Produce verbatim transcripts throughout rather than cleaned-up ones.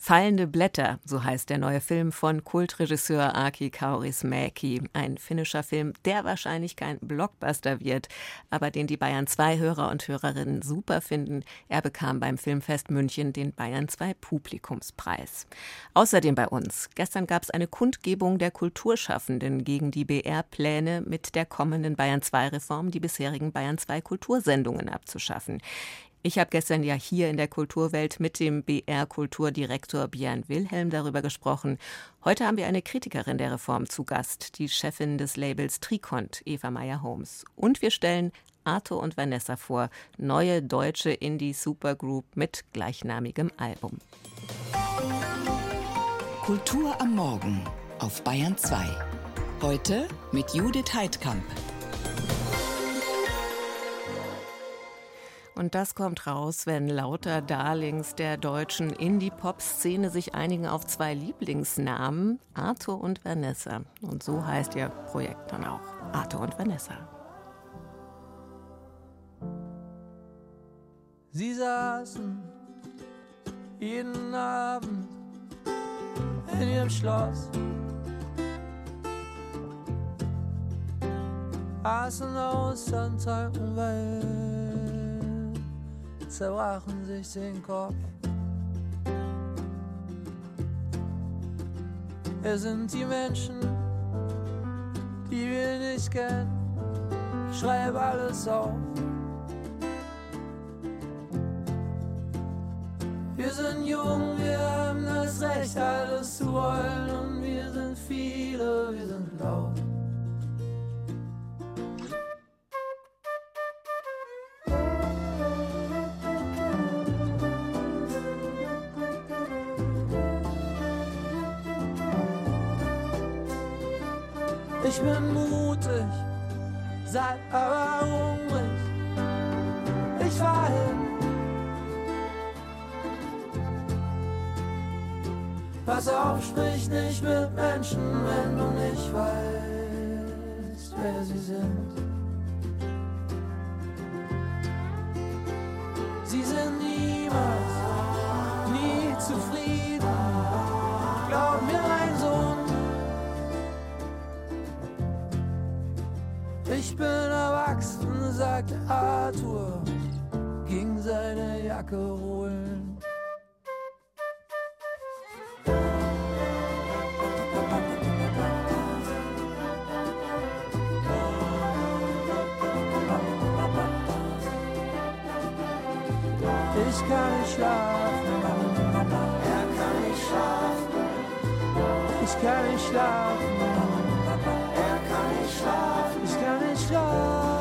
Fallende Blätter, so heißt der neue Film von Kultregisseur Aki Kaurismäki. Ein finnischer Film, der wahrscheinlich kein Blockbuster wird, aber den die Bayern zwei Hörer und Hörerinnen super finden. Er bekam beim Filmfest München den Bayern zwei Publikumspreis. Außerdem bei uns. Gestern gab es eine Kundgebung der Kulturschaffenden gegen die B R-Pläne, mit der kommenden Bayern zwei Reform die bisherigen Bayern zwei Kultursendungen abzuschaffen. Ich habe gestern ja hier in der Kulturwelt mit dem B R-Kulturdirektor Björn Wilhelm darüber gesprochen. Heute haben wir eine Kritikerin der Reform zu Gast, die Chefin des Labels Trikont, Eva Meyer-Holmes. Und wir stellen Arthur und Vanessa vor, neue deutsche Indie-Supergroup mit gleichnamigem Album. Kultur am Morgen auf Bayern zwei. Heute mit Judith Heidkamp. Und das kommt raus, wenn lauter Darlings der deutschen Indie-Pop-Szene sich einigen auf zwei Lieblingsnamen, Arthur und Vanessa. Und so heißt ihr Projekt dann auch, Arthur und Vanessa. Sie saßen jeden Abend in ihrem Schloss, aßen aus an Tanken, weil zerbrachen sich den Kopf. Es sind die Menschen, die wir nicht kennen. Ich schreibe alles auf. Wir sind jung, wir haben das Recht, alles zu wollen. Und wir sind viele, wir sind laut. Ich bin mutig, satt, aber hungrig. Ich fahr hin. Pass auf, sprich nicht mit Menschen, wenn du nicht weißt, wer sie sind. Sie sind niemals, nie zufrieden. Glaub mir, mein Sohn. Ich bin erwachsen, sagte Arthur, ging seine Jacke holen. Ich kann nicht schlafen, er kann nicht schlafen. Ich kann nicht schlafen, er kann nicht schlafen. Ich kann nicht schlafen.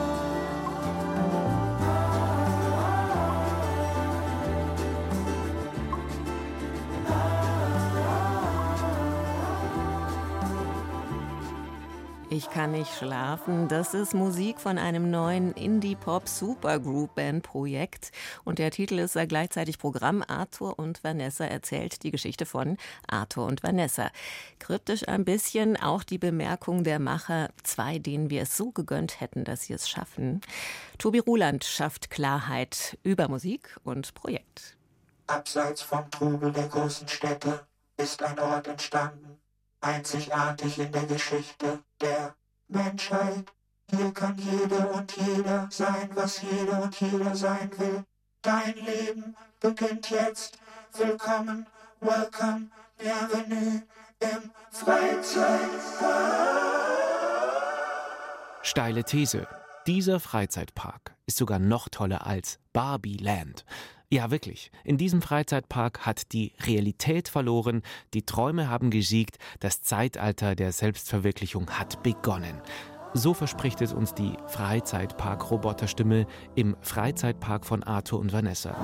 Ich kann nicht schlafen. Das ist Musik von einem neuen Indie-Pop-Supergroup-Band-Projekt. Und der Titel ist ja gleichzeitig Programm. Arthur und Vanessa erzählt die Geschichte von Arthur und Vanessa. Kryptisch ein bisschen auch die Bemerkung der Macher, zwei, denen wir es so gegönnt hätten, dass sie es schaffen. Tobi Ruland schafft Klarheit über Musik und Projekt. Abseits vom Trubel der großen Städte ist ein Ort entstanden, einzigartig in der Geschichte der Menschheit. Hier kann jede und jeder sein, was jede und jeder sein will. Dein Leben beginnt jetzt. Willkommen, welcome, bienvenue im Freizeitpark. Steile These. Dieser Freizeitpark ist sogar noch toller als Barbie Land. Ja, wirklich. In diesem Freizeitpark hat die Realität verloren, die Träume haben gesiegt, das Zeitalter der Selbstverwirklichung hat begonnen. So verspricht es uns die Freizeitpark-Roboterstimme im Freizeitpark von Arthur und Vanessa.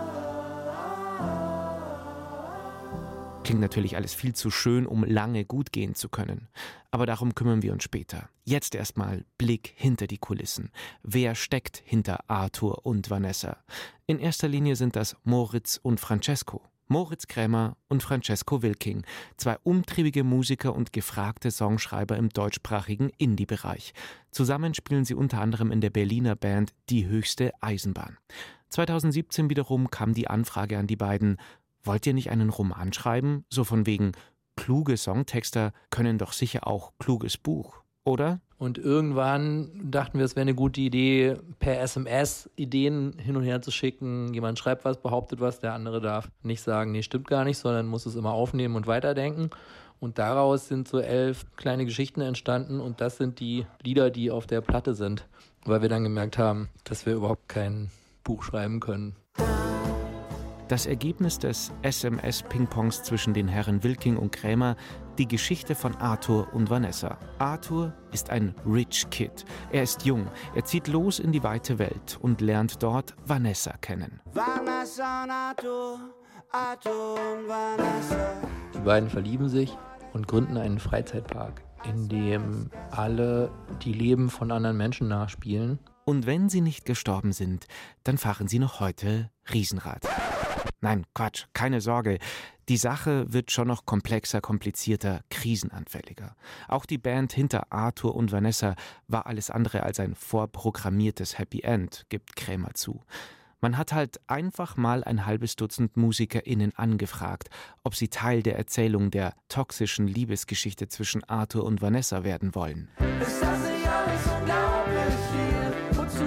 Klingt natürlich alles viel zu schön, um lange gut gehen zu können. Aber darum kümmern wir uns später. Jetzt erstmal Blick hinter die Kulissen. Wer steckt hinter Arthur und Vanessa? In erster Linie sind das Moritz und Francesco. Moritz Krämer und Francesco Wilking, zwei umtriebige Musiker und gefragte Songschreiber im deutschsprachigen Indie-Bereich. Zusammen spielen sie unter anderem in der Berliner Band Die höchste Eisenbahn. zweitausendsiebzehn wiederum kam die Anfrage an die beiden: wollt ihr nicht einen Roman schreiben? So von wegen, kluge Songtexter können doch sicher auch kluges Buch, oder? Und irgendwann dachten wir, es wäre eine gute Idee, per S M S Ideen hin und her zu schicken. Jemand schreibt was, behauptet was, der andere darf nicht sagen, nee, stimmt gar nicht, sondern muss es immer aufnehmen und weiterdenken. Und daraus sind so elf kleine Geschichten entstanden und das sind die Lieder, die auf der Platte sind, weil wir dann gemerkt haben, dass wir überhaupt kein Buch schreiben können. Das Ergebnis des S M S-Pingpongs zwischen den Herren Wilking und Krämer, die Geschichte von Arthur und Vanessa. Arthur ist ein Rich Kid. Er ist jung, er zieht los in die weite Welt und lernt dort Vanessa kennen. Vanessa und Arthur, Arthur und Vanessa. Die beiden verlieben sich und gründen einen Freizeitpark, in dem alle die Leben von anderen Menschen nachspielen. Und wenn sie nicht gestorben sind, dann fahren sie noch heute Riesenrad. Nein, Quatsch, keine Sorge. Die Sache wird schon noch komplexer, komplizierter, krisenanfälliger. Auch die Band hinter Arthur und Vanessa war alles andere als ein vorprogrammiertes Happy End, gibt Krämer zu. Man hat halt einfach mal ein halbes Dutzend MusikerInnen angefragt, ob sie Teil der Erzählung der toxischen Liebesgeschichte zwischen Arthur und Vanessa werden wollen. Ist das nicht alles unglaublich viel? Wozu,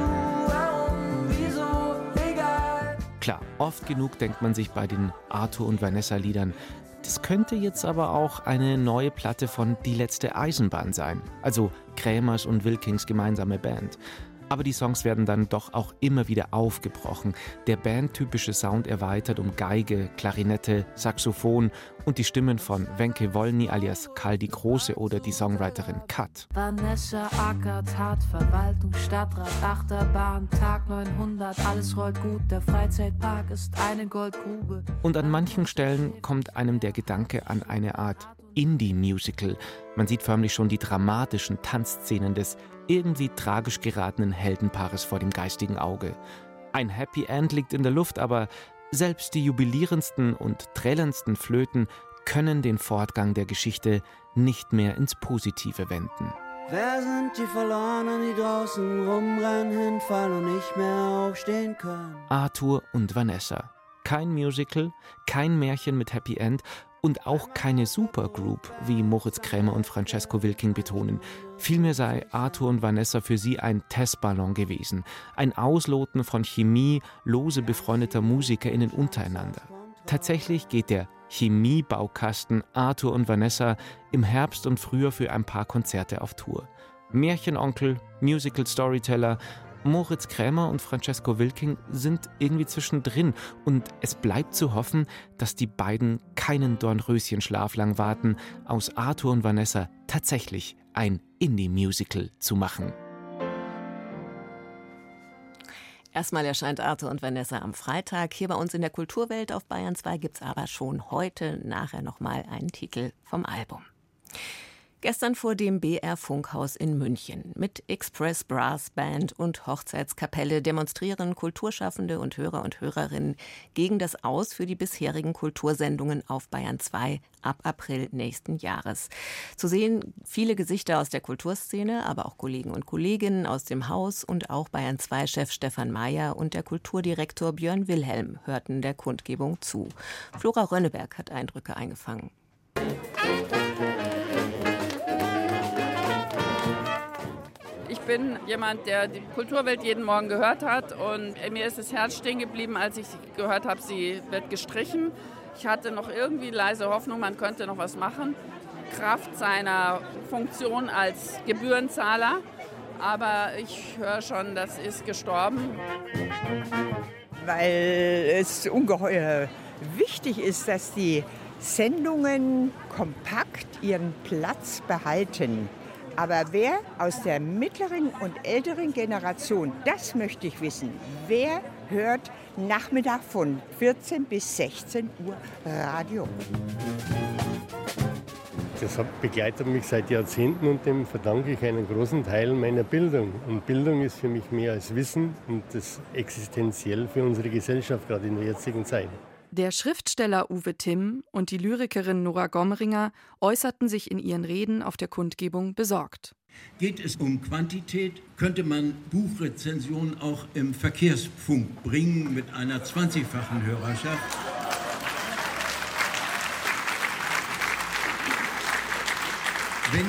warum, wieso, egal? Klar, oft genug denkt man sich bei den Arthur und Vanessa-Liedern, das könnte jetzt aber auch eine neue Platte von Die letzte Eisenbahn sein, also Krämers und Wilkings gemeinsame Band. Aber die Songs werden dann doch auch immer wieder aufgebrochen, der bandtypische Sound erweitert um Geige, Klarinette, Saxophon und die Stimmen von Wenke Wolny alias Karl die Große oder die Songwriterin Kat. Vanessa ackert hart, Verwaltung, Stadtrat, Achterbahn, Tag neunhundert, alles rollt gut, der Freizeitpark ist eine Goldgrube. Und an manchen Stellen kommt einem der Gedanke an eine Art Indie-Musical. Man sieht förmlich schon die dramatischen Tanzszenen des irgendwie tragisch geratenen Heldenpaares vor dem geistigen Auge. Ein Happy End liegt in der Luft, aber selbst die jubilierendsten und trällerndsten Flöten können den Fortgang der Geschichte nicht mehr ins Positive wenden. Wer sind die Verlorenen, die draußen rumrennen, hinfallen und nicht mehr aufstehen können? Arthur und Vanessa. Kein Musical, kein Märchen mit Happy End und auch keine Supergroup, wie Moritz Krämer und Francesco Wilking betonen. Vielmehr sei Arthur und Vanessa für sie ein Testballon gewesen, ein Ausloten von Chemie lose befreundeter MusikerInnen untereinander. Tatsächlich geht der Chemiebaukasten Arthur und Vanessa im Herbst und Frühjahr für ein paar Konzerte auf Tour. Märchenonkel, Musical-Storyteller, Moritz Krämer und Francesco Wilking sind irgendwie zwischendrin und es bleibt zu hoffen, dass die beiden keinen Dornröschenschlaf lang warten, aus Arthur und Vanessa tatsächlich ein Indie-Musical zu machen. Erstmal erscheint Arthur und Vanessa am Freitag. Hier bei uns in der Kulturwelt auf Bayern zwei gibt es aber schon heute nachher nochmal einen Titel vom Album. Gestern vor dem B R-Funkhaus in München. Mit Express Brass Band und Hochzeitskapelle demonstrieren Kulturschaffende und Hörer und Hörerinnen gegen das Aus für die bisherigen Kultursendungen auf Bayern zwei ab April nächsten Jahres. Zu sehen viele Gesichter aus der Kulturszene, aber auch Kollegen und Kolleginnen aus dem Haus und auch Bayern zwei Chef Stefan Mayer und der Kulturdirektor Björn Wilhelm hörten der Kundgebung zu. Flora Rönneberg hat Eindrücke eingefangen. Ich bin jemand, der die Kulturwelt jeden Morgen gehört hat und mir ist das Herz stehen geblieben, als ich gehört habe, sie wird gestrichen. Ich hatte noch irgendwie leise Hoffnung, man könnte noch was machen, Kraft seiner Funktion als Gebührenzahler. Aber ich höre schon, das ist gestorben. Weil es ungeheuer wichtig ist, dass die Sendungen kompakt ihren Platz behalten. Aber wer aus der mittleren und älteren Generation, das möchte ich wissen, wer hört Nachmittag von vierzehn bis sechzehn Uhr Radio? Das begleitet mich seit Jahrzehnten und dem verdanke ich einen großen Teil meiner Bildung. Und Bildung ist für mich mehr als Wissen und das existenziell für unsere Gesellschaft, gerade in der jetzigen Zeit. Der Schriftsteller Uwe Timm und die Lyrikerin Nora Gomringer äußerten sich in ihren Reden auf der Kundgebung besorgt. Geht es um Quantität, könnte man Buchrezensionen auch im Verkehrsfunk bringen mit einer zwanzigfachen Hörerschaft. Wenn,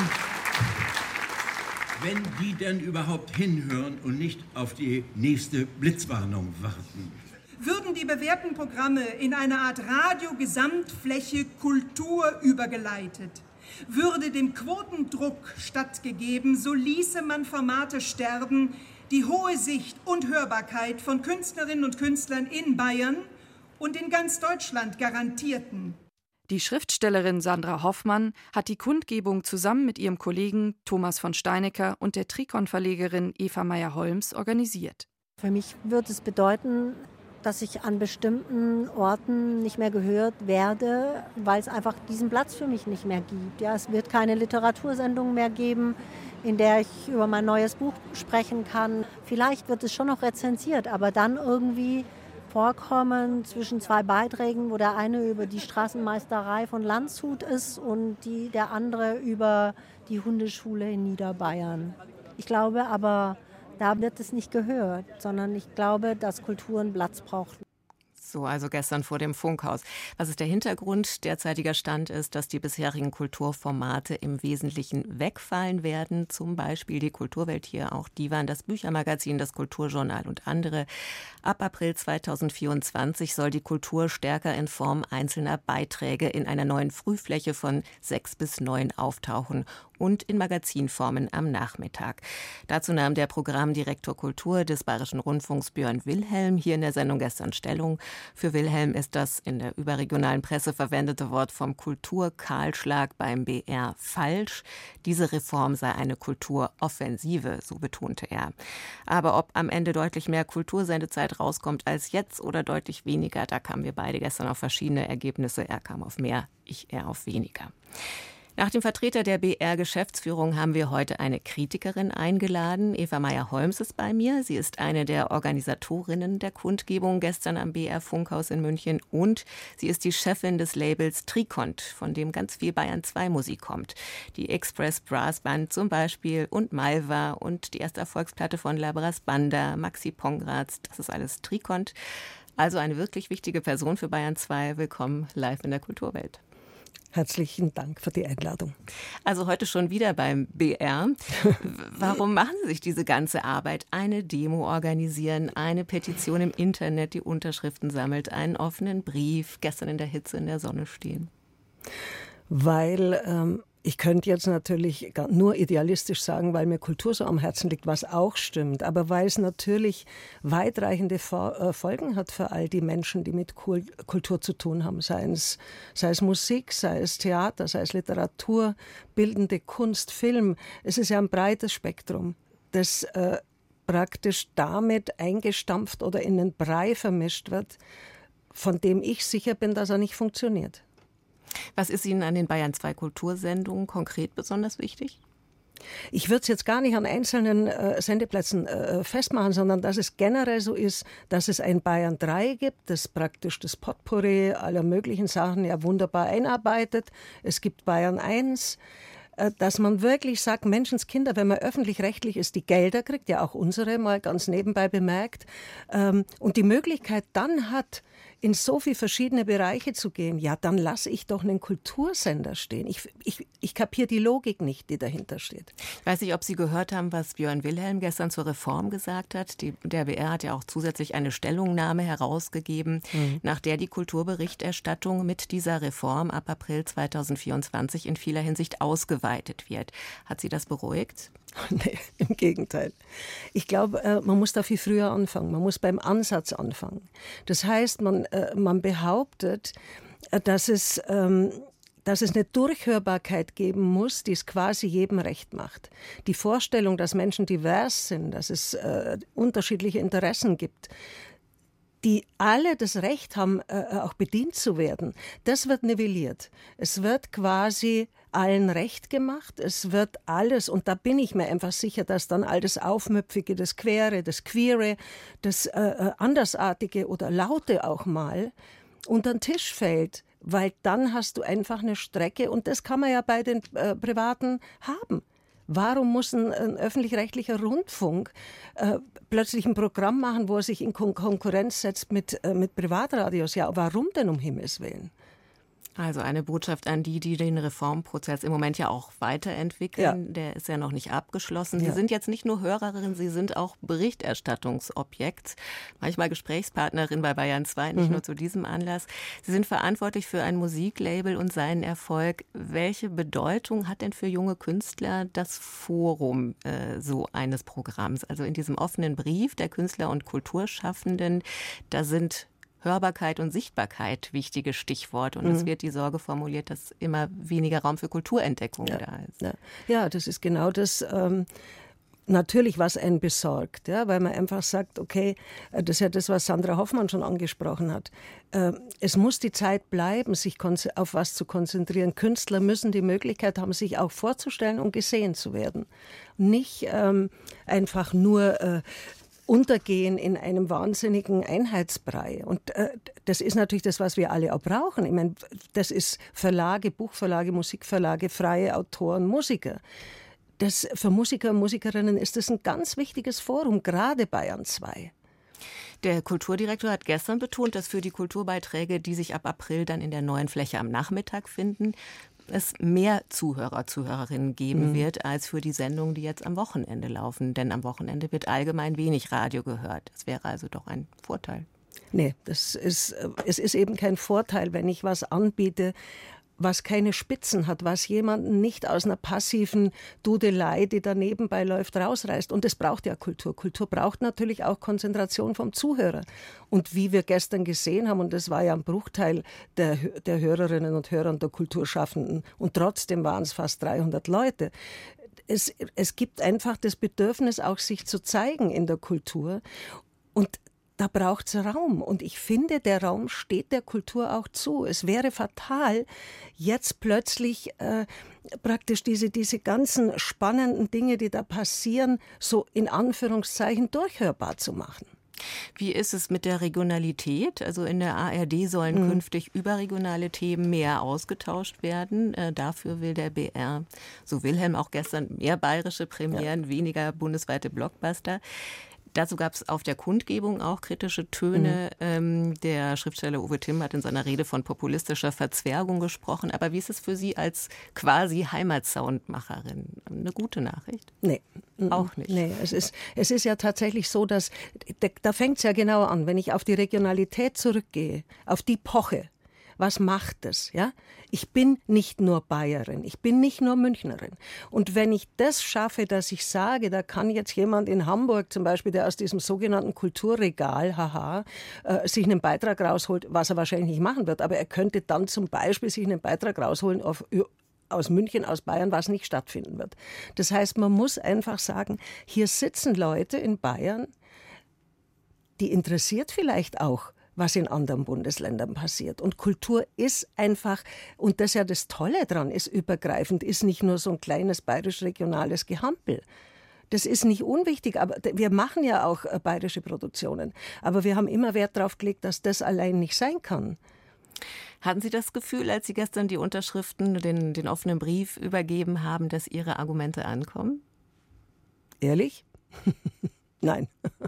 wenn die denn überhaupt hinhören und nicht auf die nächste Blitzwarnung warten. Würden die bewährten Programme in eine Art Radio-Gesamtfläche Kultur übergeleitet, würde dem Quotendruck stattgegeben, so ließe man Formate sterben, die hohe Sicht und Hörbarkeit von Künstlerinnen und Künstlern in Bayern und in ganz Deutschland garantierten. Die Schriftstellerin Sandra Hoffmann hat die Kundgebung zusammen mit ihrem Kollegen Thomas von Steinecker und der Trikon-Verlegerin Eva Meyer-Holms organisiert. Für mich wird es bedeuten, dass ich an bestimmten Orten nicht mehr gehört werde, weil es einfach diesen Platz für mich nicht mehr gibt. Ja, es wird keine Literatursendung mehr geben, in der ich über mein neues Buch sprechen kann. Vielleicht wird es schon noch rezensiert, aber dann irgendwie vorkommen zwischen zwei Beiträgen, wo der eine über die Straßenmeisterei von Landshut ist und die, der andere über die Hundeschule in Niederbayern. Ich glaube aber, da wird es nicht gehört, sondern ich glaube, dass Kultur einen Platz braucht. So, also gestern vor dem Funkhaus. Was ist der Hintergrund? Derzeitiger Stand ist, dass die bisherigen Kulturformate im Wesentlichen wegfallen werden. Zum Beispiel die Kulturwelt hier, auch Divan, das Büchermagazin, das Kulturjournal und andere. Ab April zweitausendvierundzwanzig soll die Kultur stärker in Form einzelner Beiträge in einer neuen Frühfläche von sechs bis neun auftauchen und in Magazinformen am Nachmittag. Dazu nahm der Programmdirektor Kultur des Bayerischen Rundfunks Björn Wilhelm hier in der Sendung gestern Stellung. Für Wilhelm ist das in der überregionalen Presse verwendete Wort vom Kulturkahlschlag beim B R falsch. Diese Reform sei eine Kulturoffensive, so betonte er. Aber ob am Ende deutlich mehr Kultursendezeit rauskommt als jetzt oder deutlich weniger, da kamen wir beide gestern auf verschiedene Ergebnisse. Er kam auf mehr, ich eher auf weniger. Nach dem Vertreter der B R-Geschäftsführung haben wir heute eine Kritikerin eingeladen. Eva Meyer-Holms ist bei mir. Sie ist eine der Organisatorinnen der Kundgebung gestern am B R-Funkhaus in München und sie ist die Chefin des Labels Trikont, von dem ganz viel Bayern zwei Musik kommt. Die Express Brass Band zum Beispiel und Malva und die erste Erfolgsplatte von Labras Banda, Maxi Pongratz, das ist alles Trikont. Also eine wirklich wichtige Person für Bayern zwei. Willkommen live in der Kulturwelt. Herzlichen Dank für die Einladung. Also heute schon wieder beim B R. Warum machen Sie sich diese ganze Arbeit? Eine Demo organisieren, eine Petition im Internet, die Unterschriften sammelt, einen offenen Brief, gestern in der Hitze in der Sonne stehen. Weil ähm, ich könnte jetzt natürlich nur idealistisch sagen, weil mir Kultur so am Herzen liegt, was auch stimmt, aber weil es natürlich weitreichende Folgen hat für all die Menschen, die mit Kultur zu tun haben, sei es, sei es Musik, sei es Theater, sei es Literatur, bildende Kunst, Film. Es ist ja ein breites Spektrum, das äh, praktisch damit eingestampft oder in den Brei vermischt wird, von dem ich sicher bin, dass er nicht funktioniert. Was ist Ihnen an den Bayern zwei Kultursendungen konkret besonders wichtig? Ich würde es jetzt gar nicht an einzelnen äh, Sendeplätzen äh, festmachen, sondern dass es generell so ist, dass es ein Bayern drei gibt, das praktisch das Potpourri aller möglichen Sachen ja wunderbar einarbeitet. Es gibt Bayern eins, äh, dass man wirklich sagt, Menschenskinder, wenn man öffentlich-rechtlich ist, die Gelder kriegt, ja auch unsere mal ganz nebenbei bemerkt, ähm, und die Möglichkeit dann hat, in so viele verschiedene Bereiche zu gehen, ja, dann lasse ich doch einen Kultursender stehen. Ich, ich, ich kapiere die Logik nicht, die dahinter steht. Ich weiß nicht, ob Sie gehört haben, was Björn Wilhelm gestern zur Reform gesagt hat. Die, der B R hat ja auch zusätzlich eine Stellungnahme herausgegeben, mhm. nach der die Kulturberichterstattung mit dieser Reform ab April zweitausendvierundzwanzig in vieler Hinsicht ausgeweitet wird. Hat Sie das beruhigt? Nee, im Gegenteil. Ich glaube, man muss da viel früher anfangen. Man muss beim Ansatz anfangen. Das heißt, man, man behauptet, dass es, dass es eine Durchhörbarkeit geben muss, die es quasi jedem recht macht. Die Vorstellung, dass Menschen divers sind, dass es unterschiedliche Interessen gibt, die alle das Recht haben, auch bedient zu werden, das wird nivelliert. Es wird quasi allen recht gemacht. Es wird alles, und da bin ich mir einfach sicher, dass dann all das Aufmüpfige, das Quere, das Queere, das äh, Andersartige oder Laute auch mal unter den Tisch fällt, weil dann hast du einfach eine Strecke und das kann man ja bei den äh, Privaten haben. Warum muss ein, ein öffentlich-rechtlicher Rundfunk äh, plötzlich ein Programm machen, wo er sich in Kon- Konkurrenz setzt mit, äh, mit Privatradios? Ja, warum denn um Himmels Willen? Also eine Botschaft an die, die den Reformprozess im Moment ja auch weiterentwickeln. Ja. Der ist ja noch nicht abgeschlossen. Sie ja. sind jetzt nicht nur Hörerin, Sie sind auch Berichterstattungsobjekt, manchmal Gesprächspartnerin bei Bayern zwei, nicht mhm. nur zu diesem Anlass. Sie sind verantwortlich für ein Musiklabel und seinen Erfolg. Welche Bedeutung hat denn für junge Künstler das Forum äh, so eines Programms? Also in diesem offenen Brief der Künstler und Kulturschaffenden, da sind Hörbarkeit und Sichtbarkeit wichtige Stichworte. Und mhm. es wird die Sorge formuliert, dass immer weniger Raum für Kulturentdeckung ja. da ist. Ja. ja, das ist genau das, ähm, natürlich, was einen besorgt. Ja, weil man einfach sagt, okay, das ist ja das, was Sandra Hoffmann schon angesprochen hat. Äh, es muss die Zeit bleiben, sich auf was zu konzentrieren. Künstler müssen die Möglichkeit haben, sich auch vorzustellen und gesehen zu werden. Nicht ähm, einfach nur äh, untergehen in einem wahnsinnigen Einheitsbrei. Und äh, das ist natürlich das, was wir alle auch brauchen. Ich meine, das ist Verlage, Buchverlage, Musikverlage, freie Autoren, Musiker. Das, für Musiker und Musikerinnen ist das ein ganz wichtiges Forum, gerade Bayern zwei. Der Kulturdirektor hat gestern betont, dass für die Kulturbeiträge, die sich ab April dann in der neuen Fläche am Nachmittag finden, es mehr Zuhörer, Zuhörerinnen geben mhm. wird, als für die Sendungen, die jetzt am Wochenende laufen. Denn am Wochenende wird allgemein wenig Radio gehört. Das wäre also doch ein Vorteil. Nee, das ist, es ist eben kein Vorteil, wenn ich was anbiete, was keine Spitzen hat, was jemanden nicht aus einer passiven Dudelei, die da nebenbei läuft, rausreißt. Und das braucht ja Kultur. Kultur braucht natürlich auch Konzentration vom Zuhörer. Und wie wir gestern gesehen haben, und das war ja ein Bruchteil der, der Hörerinnen und Hörer und der Kulturschaffenden, und trotzdem waren es fast dreihundert Leute, es, es gibt einfach das Bedürfnis, auch sich zu zeigen in der Kultur. Und da braucht es Raum. Und ich finde, der Raum steht der Kultur auch zu. Es wäre fatal, jetzt plötzlich äh, praktisch diese, diese ganzen spannenden Dinge, die da passieren, so in Anführungszeichen durchhörbar zu machen. Wie ist es mit der Regionalität? Also in der A R D sollen mhm. künftig überregionale Themen mehr ausgetauscht werden. Äh, dafür will der B R, so Wilhelm auch gestern, mehr bayerische Premieren, ja. weniger bundesweite Blockbuster. Dazu gab es auf der Kundgebung auch kritische Töne. Mhm. Ähm, der Schriftsteller Uwe Timm hat in seiner Rede von populistischer Verzwergung gesprochen. Aber wie ist es für Sie als quasi Heimatsoundmacherin? Eine gute Nachricht? Nee. Auch nicht? Nee, es ist, es ist ja tatsächlich so, dass, da, da fängt es ja genau an, wenn ich auf die Regionalität zurückgehe, auf die Poche. Was macht es? Ja? Ich bin nicht nur Bayerin, ich bin nicht nur Münchnerin. Und wenn ich das schaffe, dass ich sage, da kann jetzt jemand in Hamburg zum Beispiel, der aus diesem sogenannten Kulturregal, haha, äh, sich einen Beitrag rausholt, was er wahrscheinlich nicht machen wird, aber er könnte dann zum Beispiel sich einen Beitrag rausholen auf, aus München, aus Bayern, was nicht stattfinden wird. Das heißt, man muss einfach sagen, hier sitzen Leute in Bayern, die interessiert vielleicht auch, was in anderen Bundesländern passiert. Und Kultur ist einfach, und das ist ja das Tolle dran, ist übergreifend, ist nicht nur so ein kleines bayerisch-regionales Gehampel. Das ist nicht unwichtig, aber wir machen ja auch bayerische Produktionen. Aber wir haben immer Wert darauf gelegt, dass das allein nicht sein kann. Hatten Sie das Gefühl, als Sie gestern die Unterschriften, den, den offenen Brief übergeben haben, dass Ihre Argumente ankommen? Ehrlich? Nein.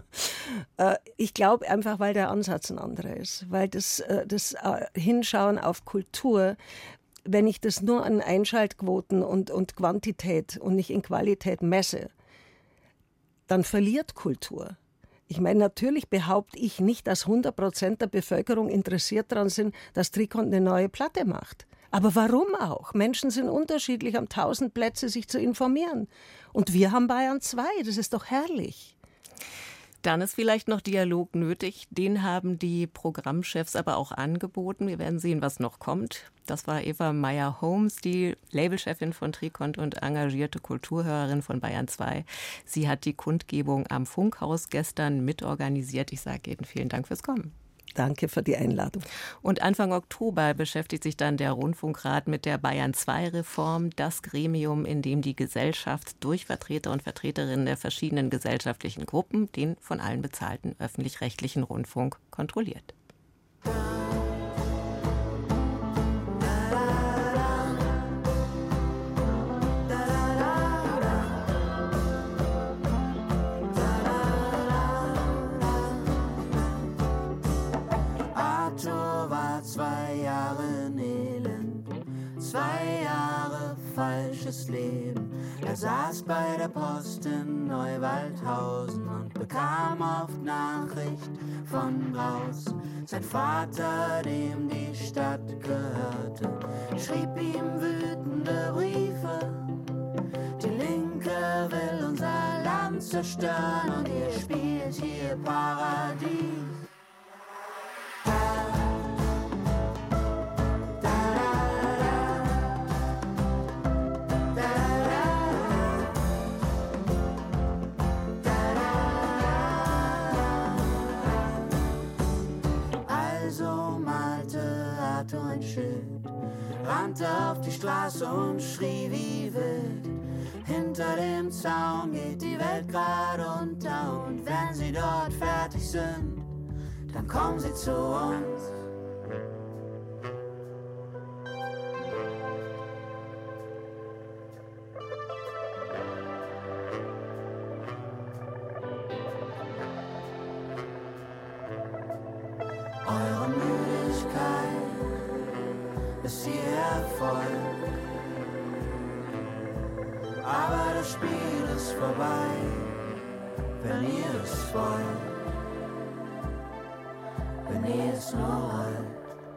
Ich glaube einfach, weil der Ansatz ein anderer ist. Weil das, das Hinschauen auf Kultur, wenn ich das nur an Einschaltquoten und, und Quantität und nicht in Qualität messe, dann verliert Kultur. Ich meine, natürlich behaupte ich nicht, dass hundert Prozent der Bevölkerung interessiert daran sind, dass Trikont eine neue Platte macht. Aber warum auch? Menschen sind unterschiedlich, haben tausend Plätze, sich zu informieren. Und wir haben Bayern zwei, das ist doch herrlich. Dann ist vielleicht noch Dialog nötig. Den haben die Programmchefs aber auch angeboten. Wir werden sehen, was noch kommt. Das war Eva Meyer-Holmes, die Labelchefin von Trikont und engagierte Kulturhörerin von Bayern zwei. Sie hat die Kundgebung am Funkhaus gestern mitorganisiert. Ich sage Ihnen vielen Dank fürs Kommen. Danke für die Einladung. Und Anfang Oktober beschäftigt sich dann der Rundfunkrat mit der Bayern zwei Reform, das Gremium, in dem die Gesellschaft durch Vertreter und Vertreterinnen der verschiedenen gesellschaftlichen Gruppen den von allen bezahlten öffentlich-rechtlichen Rundfunk kontrolliert. Zwei Jahre Elend Zwei Jahre falsches Leben. Er saß bei der Post in Neuwaldhausen und bekam oft Nachricht von draußen. Sein Vater, dem die Stadt gehörte, schrieb ihm wütende Briefe. Die Linke will unser Land zerstören und ihr spielt hier Paradies. Ein Schild, rannte auf die Straße und schrie wie wild. Hinter dem Zaun geht die Welt gerade unter und wenn sie dort fertig sind, dann kommen sie zu uns. Eure Müdigkeit ist hierher voll, aber das Spiel ist vorbei, wenn ihr es wollt, wenn ihr es nur wollt.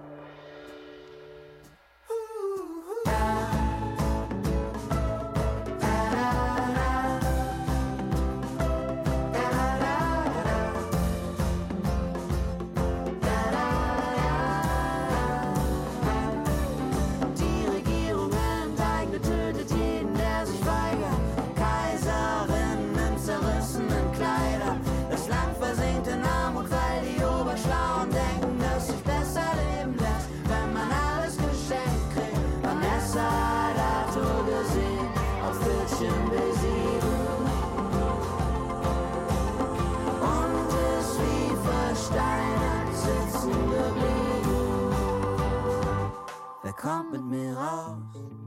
Kommt mit mir raus,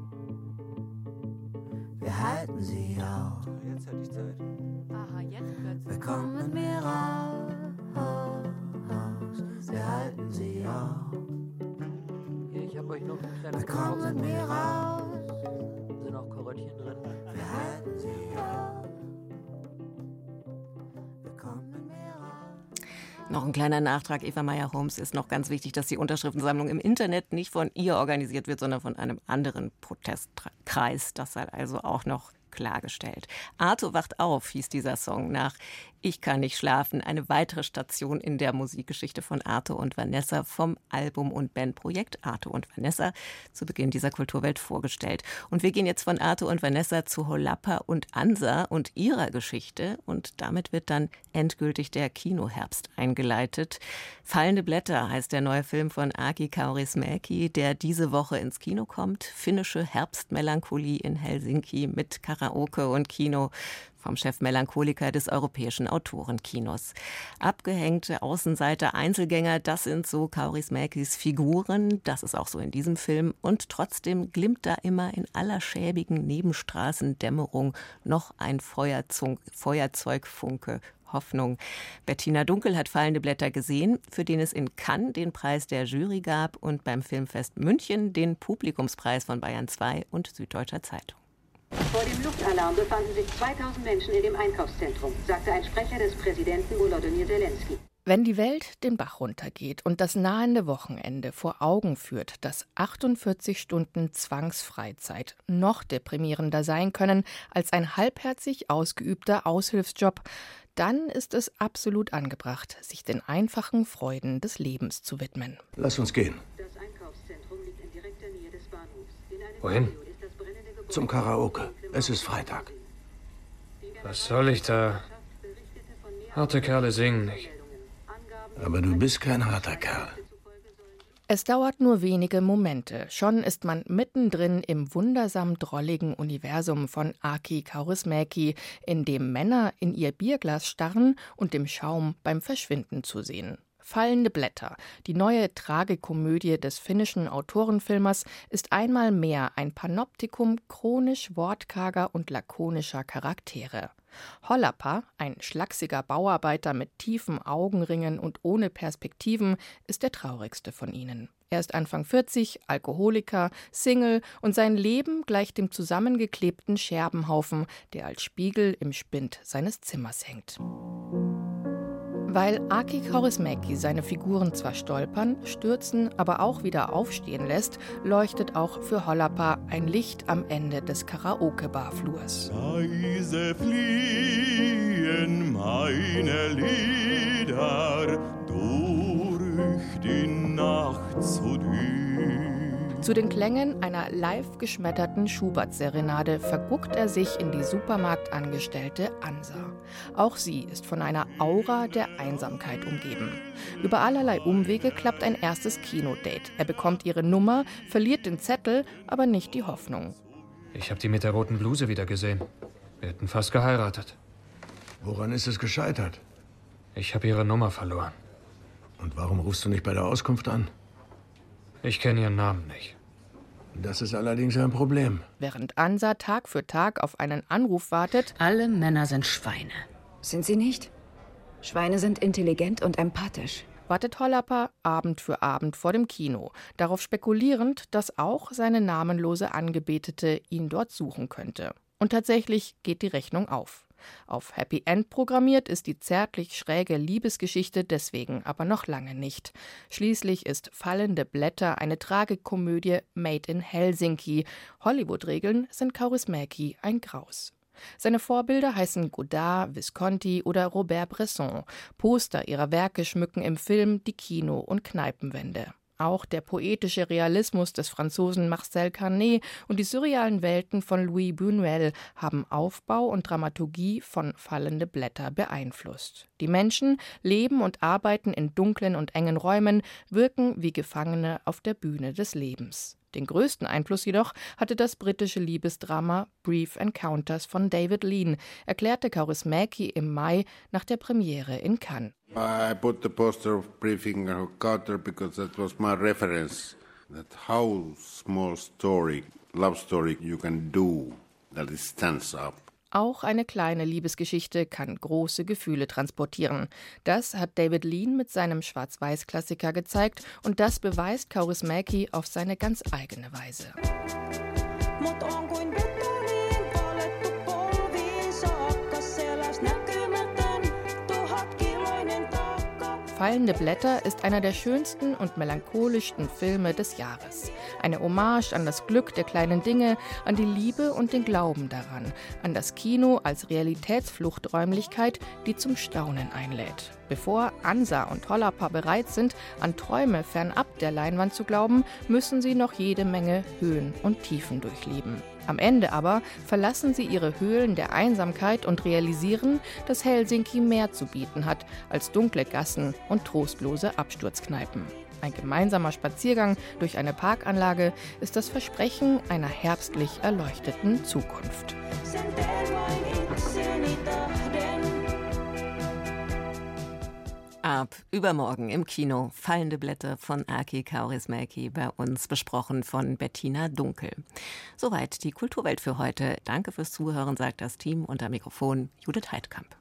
wir halten sie auf. Jetzt hatte ich Zeit. Aha, jetzt plötzlich. Wir kommen mit mir raus, wir halten sie auf. Hier, ich hab euch noch ein kleines. Wir kommen mit mir raus, sind auch Karöttchen drin. Wir halten sie auf. Wir kommen mit mir raus. Noch ein kleiner Nachtrag. Eva Meyer-Holmes ist noch ganz wichtig, dass die Unterschriftensammlung im Internet nicht von ihr organisiert wird, sondern von einem anderen Protestkreis. Das sei also auch noch klargestellt. Arthur wacht auf, hieß dieser Song nach Ich kann nicht schlafen. Eine weitere Station in der Musikgeschichte von Arthur und Vanessa vom Album- und Bandprojekt Arthur und Vanessa zu Beginn dieser Kulturwelt vorgestellt. Und wir gehen jetzt von Arthur und Vanessa zu Holappa und Ansa und ihrer Geschichte. Und damit wird dann endgültig der Kinoherbst eingeleitet. Fallende Blätter heißt der neue Film von Aki Kaurismäki, der diese Woche ins Kino kommt. Finnische Herbstmelancholie in Helsinki mit Karaoke und Kino vom Chef Melancholiker des Europäischen Autorenkinos. Abgehängte Außenseiter, Einzelgänger, das sind so Kaurismäkis Figuren. Das ist auch so in diesem Film. Und trotzdem glimmt da immer in aller schäbigen Nebenstraßendämmerung noch ein Feuerzung, Feuerzeugfunke Hoffnung. Bettina Dunkel hat Fallende Blätter gesehen, für den es in Cannes den Preis der Jury gab und beim Filmfest München den Publikumspreis von Bayern zwei und Süddeutscher Zeitung. Vor dem Luftalarm befanden sich zweitausend Menschen in dem Einkaufszentrum, sagte ein Sprecher des Präsidenten Volodymyr Zelensky. Wenn die Welt den Bach runtergeht und das nahende Wochenende vor Augen führt, dass achtundvierzig Stunden Zwangsfreizeit noch deprimierender sein können als ein halbherzig ausgeübter Aushilfsjob, dann ist es absolut angebracht, sich den einfachen Freuden des Lebens zu widmen. Lass uns gehen. Das Einkaufszentrum liegt in direkter Nähe des Bahnhofs. In einem Wohin? Video ist das brennende Gebäude Zum Karaoke. Es ist Freitag. Was soll ich da? Harte Kerle singen nicht. Aber du bist kein harter Kerl. Es dauert nur wenige Momente. Schon ist man mittendrin im wundersam drolligen Universum von Aki Kaurismäki, in dem Männer in ihr Bierglas starren und dem Schaum beim Verschwinden zu sehen. Fallende Blätter, die neue Tragikomödie des finnischen Autorenfilmers, ist einmal mehr ein Panoptikum chronisch wortkarger und lakonischer Charaktere. Hollapa, ein schlachsiger Bauarbeiter mit tiefen Augenringen und ohne Perspektiven, ist der traurigste von ihnen. Er ist Anfang vierzig, Alkoholiker, Single und sein Leben gleicht dem zusammengeklebten Scherbenhaufen, der als Spiegel im Spind seines Zimmers hängt. Weil Aki Kaurismäki seine Figuren zwar stolpern, stürzen, aber auch wieder aufstehen lässt, leuchtet auch für Hollapa ein Licht am Ende des Karaoke-Barflurs. Leise fliehen meine Lieder durch die Nacht zu dir. Zu den Klängen einer live geschmetterten Schubert-Serenade verguckt er sich in die Supermarktangestellte Ansa. Auch sie ist von einer Aura der Einsamkeit umgeben. Über allerlei Umwege klappt ein erstes Kinodate. Er bekommt ihre Nummer, verliert den Zettel, aber nicht die Hoffnung. Ich habe die mit der roten Bluse wieder gesehen. Wir hätten fast geheiratet. Woran ist es gescheitert? Ich habe ihre Nummer verloren. Und warum rufst du nicht bei der Auskunft an? Ich kenne ihren Namen nicht. Das ist allerdings ein Problem. Während Ansa Tag für Tag auf einen Anruf wartet. Alle Männer sind Schweine. Sind sie nicht? Schweine sind intelligent und empathisch. Wartet Hollapa Abend für Abend vor dem Kino, darauf spekulierend, dass auch seine namenlose Angebetete ihn dort suchen könnte. Und tatsächlich geht die Rechnung auf. Auf Happy End programmiert ist die zärtlich schräge Liebesgeschichte deswegen aber noch lange nicht. Schließlich ist Fallende Blätter eine Tragikomödie made in Helsinki. Hollywood-Regeln sind Kaurismäki ein Graus. Seine Vorbilder heißen Godard, Visconti oder Robert Bresson. Poster ihrer Werke schmücken im Film die Kino- und Kneipenwände. Auch der poetische Realismus des Franzosen Marcel Carnet und die surrealen Welten von Louis Buñuel haben Aufbau und Dramaturgie von Fallende Blätter beeinflusst. Die Menschen leben und arbeiten in dunklen und engen Räumen, wirken wie Gefangene auf der Bühne des Lebens. Den größten Einfluss jedoch hatte das britische Liebesdrama Brief Encounters von David Lean, erklärte Kaurismäki im Mai nach der Premiere in Cannes. I put the poster of Brief Encounters because that was my reference. That how small story, love story you can do, that it stands up. Auch eine kleine Liebesgeschichte kann große Gefühle transportieren. Das hat David Lean mit seinem Schwarz-Weiß-Klassiker gezeigt und das beweist Kaurismäki auf seine ganz eigene Weise. Fallende Blätter ist einer der schönsten und melancholischsten Filme des Jahres. Eine Hommage an das Glück der kleinen Dinge, an die Liebe und den Glauben daran, an das Kino als Realitätsfluchträumlichkeit, die zum Staunen einlädt. Bevor Ansa und Hollapa bereit sind, an Träume fernab der Leinwand zu glauben, müssen sie noch jede Menge Höhen und Tiefen durchleben. Am Ende aber verlassen sie ihre Höhlen der Einsamkeit und realisieren, dass Helsinki mehr zu bieten hat als dunkle Gassen und trostlose Absturzkneipen. Ein gemeinsamer Spaziergang durch eine Parkanlage ist das Versprechen einer herbstlich erleuchteten Zukunft. Ab übermorgen im Kino Fallende Blätter von Aki Kaurismäki, bei uns besprochen von Bettina Dunkel. Soweit die Kulturwelt für heute. Danke fürs Zuhören, sagt das Team unter Mikrofon Judith Heidkamp.